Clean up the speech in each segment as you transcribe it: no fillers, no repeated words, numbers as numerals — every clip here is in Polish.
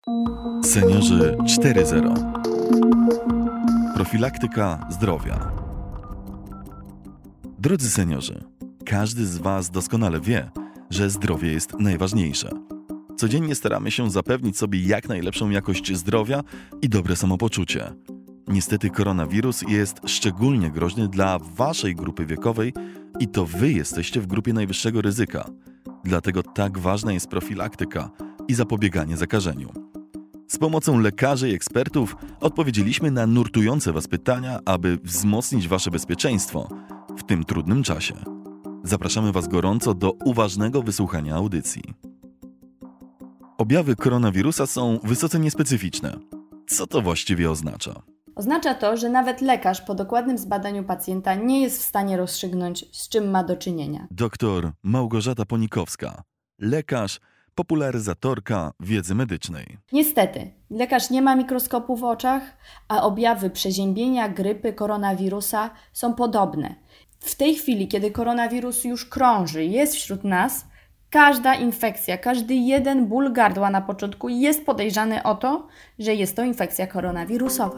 Seniorzy 4.0. Profilaktyka zdrowia. Drodzy seniorzy, każdy z Was doskonale wie, że zdrowie jest najważniejsze. Codziennie staramy się zapewnić sobie jak najlepszą jakość zdrowia i dobre samopoczucie. Niestety koronawirus jest szczególnie groźny dla Waszej grupy wiekowej i to Wy jesteście w grupie najwyższego ryzyka. Dlatego tak ważna jest profilaktyka i zapobieganie zakażeniu. Z pomocą lekarzy i ekspertów odpowiedzieliśmy na nurtujące Was pytania, aby wzmocnić Wasze bezpieczeństwo w tym trudnym czasie. Zapraszamy Was gorąco do uważnego wysłuchania audycji. Objawy koronawirusa są wysoce niespecyficzne. Co to właściwie oznacza? Oznacza to, że nawet lekarz po dokładnym zbadaniu pacjenta nie jest w stanie rozstrzygnąć, z czym ma do czynienia. Dr Małgorzata Ponikowska, lekarz, popularyzatorka wiedzy medycznej. Niestety, lekarz nie ma mikroskopu w oczach, a objawy przeziębienia, grypy, koronawirusa są podobne. W tej chwili, kiedy koronawirus już krąży, jest wśród nas, każda infekcja, każdy jeden ból gardła na początku jest podejrzany o to, że jest to infekcja koronawirusowa.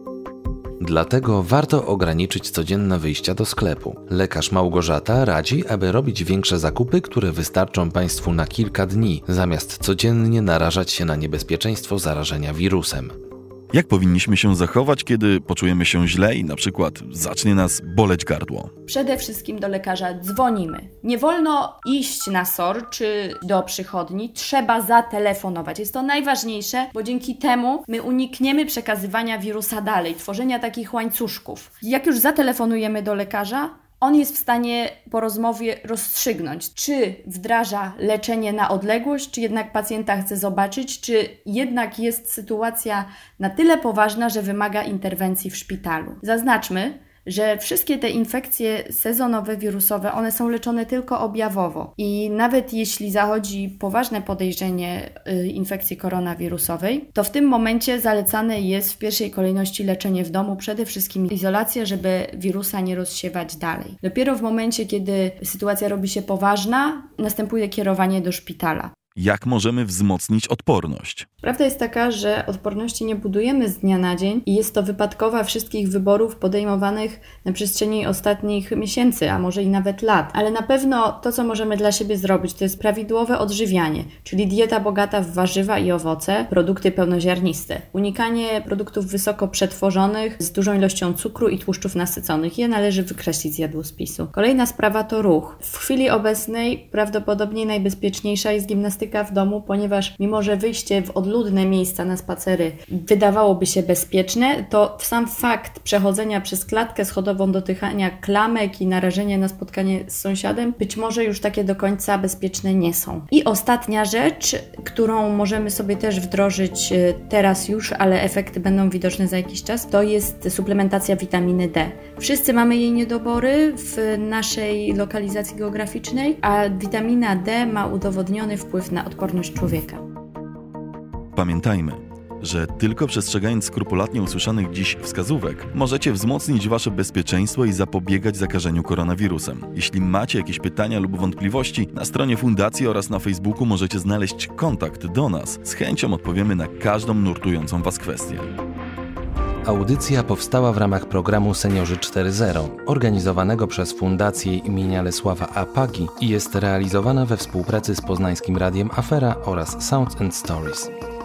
Dlatego warto ograniczyć codzienne wyjścia do sklepu. Lekarz Małgorzata radzi, aby robić większe zakupy, które wystarczą Państwu na kilka dni, zamiast codziennie narażać się na niebezpieczeństwo zarażenia wirusem. Jak powinniśmy się zachować, kiedy poczujemy się źle i na przykład zacznie nas boleć gardło? Przede wszystkim do lekarza dzwonimy. Nie wolno iść na SOR czy do przychodni, trzeba zatelefonować. Jest to najważniejsze, bo dzięki temu my unikniemy przekazywania wirusa dalej, tworzenia takich łańcuszków. Jak już zatelefonujemy do lekarza, on jest w stanie po rozmowie rozstrzygnąć, czy wdraża leczenie na odległość, czy jednak pacjenta chce zobaczyć, czy jednak jest sytuacja na tyle poważna, że wymaga interwencji w szpitalu. Zaznaczmy, że wszystkie te infekcje sezonowe, wirusowe, one są leczone tylko objawowo i nawet jeśli zachodzi poważne podejrzenie infekcji koronawirusowej, to w tym momencie zalecane jest w pierwszej kolejności leczenie w domu, przede wszystkim izolacja, żeby wirusa nie rozsiewać dalej. Dopiero w momencie, kiedy sytuacja robi się poważna, następuje kierowanie do szpitala. Jak możemy wzmocnić odporność? Prawda jest taka, że odporności nie budujemy z dnia na dzień i jest to wypadkowa wszystkich wyborów podejmowanych na przestrzeni ostatnich miesięcy, a może i nawet lat. Ale na pewno to, co możemy dla siebie zrobić, to jest prawidłowe odżywianie, czyli dieta bogata w warzywa i owoce, produkty pełnoziarniste. Unikanie produktów wysoko przetworzonych z dużą ilością cukru i tłuszczów nasyconych. Je należy wykreślić z jadłospisu. Kolejna sprawa to ruch. W chwili obecnej prawdopodobnie najbezpieczniejsza jest gimnastyka w domu, ponieważ mimo, że wyjście w odludne miejsca na spacery wydawałoby się bezpieczne, to sam fakt przechodzenia przez klatkę schodową, dotykania klamek i narażenia na spotkanie z sąsiadem być może już takie do końca bezpieczne nie są. I ostatnia rzecz, którą możemy sobie też wdrożyć teraz już, ale efekty będą widoczne za jakiś czas, to jest suplementacja witaminy D. Wszyscy mamy jej niedobory w naszej lokalizacji geograficznej, a witamina D ma udowodniony wpływ na odporność człowieka. Pamiętajmy, że tylko przestrzegając skrupulatnie usłyszanych dziś wskazówek, możecie wzmocnić Wasze bezpieczeństwo i zapobiegać zakażeniu koronawirusem. Jeśli macie jakieś pytania lub wątpliwości, na stronie Fundacji oraz na Facebooku możecie znaleźć kontakt do nas. Z chęcią odpowiemy na każdą nurtującą Was kwestię. Audycja powstała w ramach programu Seniorzy 4.0, organizowanego przez Fundację imienia Lesława Apagi i jest realizowana we współpracy z poznańskim Radiem Afera oraz Sounds and Stories.